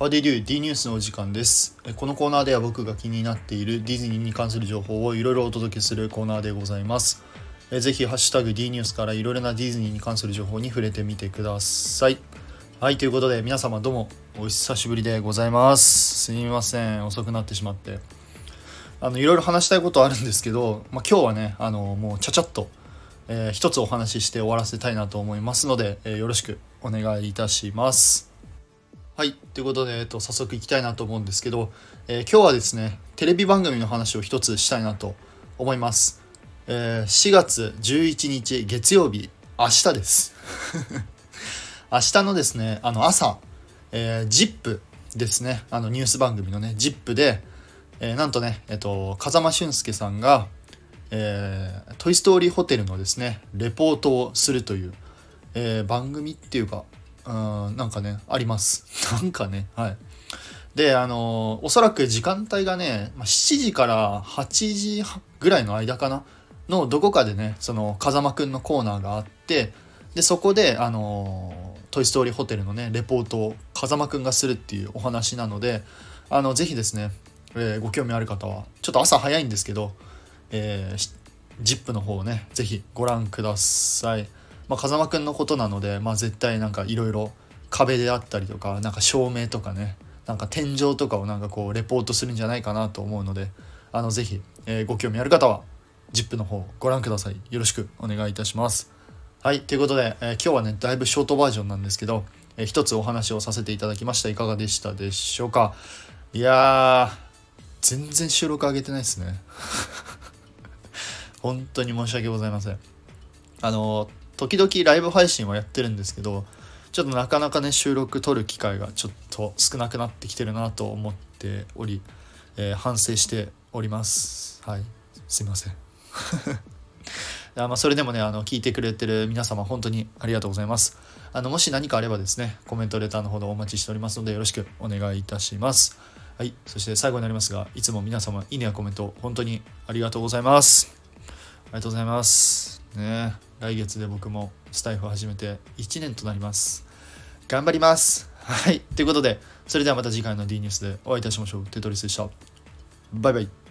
How did you? D ニュースのお時間です。このコーナーでは僕が気になっているディズニーに関する情報をいろいろお届けするコーナーでございます。ぜひハッシュタグ D ニュースからいろいろなディズニーに関する情報に触れてみてください。はい、ということで皆様どうもお久しぶりでございます。すみません、遅くなってしまって。いろいろ話したいことあるんですけど、今日はね、もうちゃちゃっと、一つお話しして終わらせたいなと思いますので、よろしくお願いいたします。はい、ということで、早速いきたいなと思うんですけど、今日はですね、テレビ番組の話を一つしたいなと思います。4月11日月曜日、明日です。明日のですね、朝、ZIP ですね、ニュース番組のね、ZIP で、なんとね、風間俊介さんが、トイストーリーホテルのですね、レポートをするという、番組っていうか、なんかねありますなんかね、はい。でおそらく時間帯がね、7時から8時ぐらいの間かなのどこかでね、その風間くんのコーナーがあって、でそこでトイストーリーホテルのねレポートを風間くんがするっていうお話なので、ぜひですね、ご興味ある方はちょっと朝早いんですけど、ZIP の方をねぜひご覧ください。風間くんのことなので、絶対なんかいろいろ壁であったりとか、なんか照明とかね、なんか天井とかをなんかこうレポートするんじゃないかなと思うので、ぜひ、ご興味ある方は ZIP の方ご覧ください。よろしくお願いいたします。はい、ということで、今日はねだいぶショートバージョンなんですけど、一つお話をさせていただきました。いかがでしたでしょうか。いやー、全然収録上げてないですね。本当に申し訳ございません。時々ライブ配信はやってるんですけど、ちょっとなかなかね収録撮る機会がちょっと少なくなってきてるなと思っており、反省しております。はい、すいません。それでもね聞いてくれてる皆様本当にありがとうございます。もし何かあればですね、コメントレターのほどお待ちしておりますのでよろしくお願いいたします。はい、そして最後になりますが、いつも皆様いいねやコメント本当にありがとうございます。ありがとうございますね。来月で僕もスタイフ始めて1年となります。頑張ります。はい、ということでそれではまた次回の D ニュースでお会いいたしましょう。テトリスでした。バイバイ。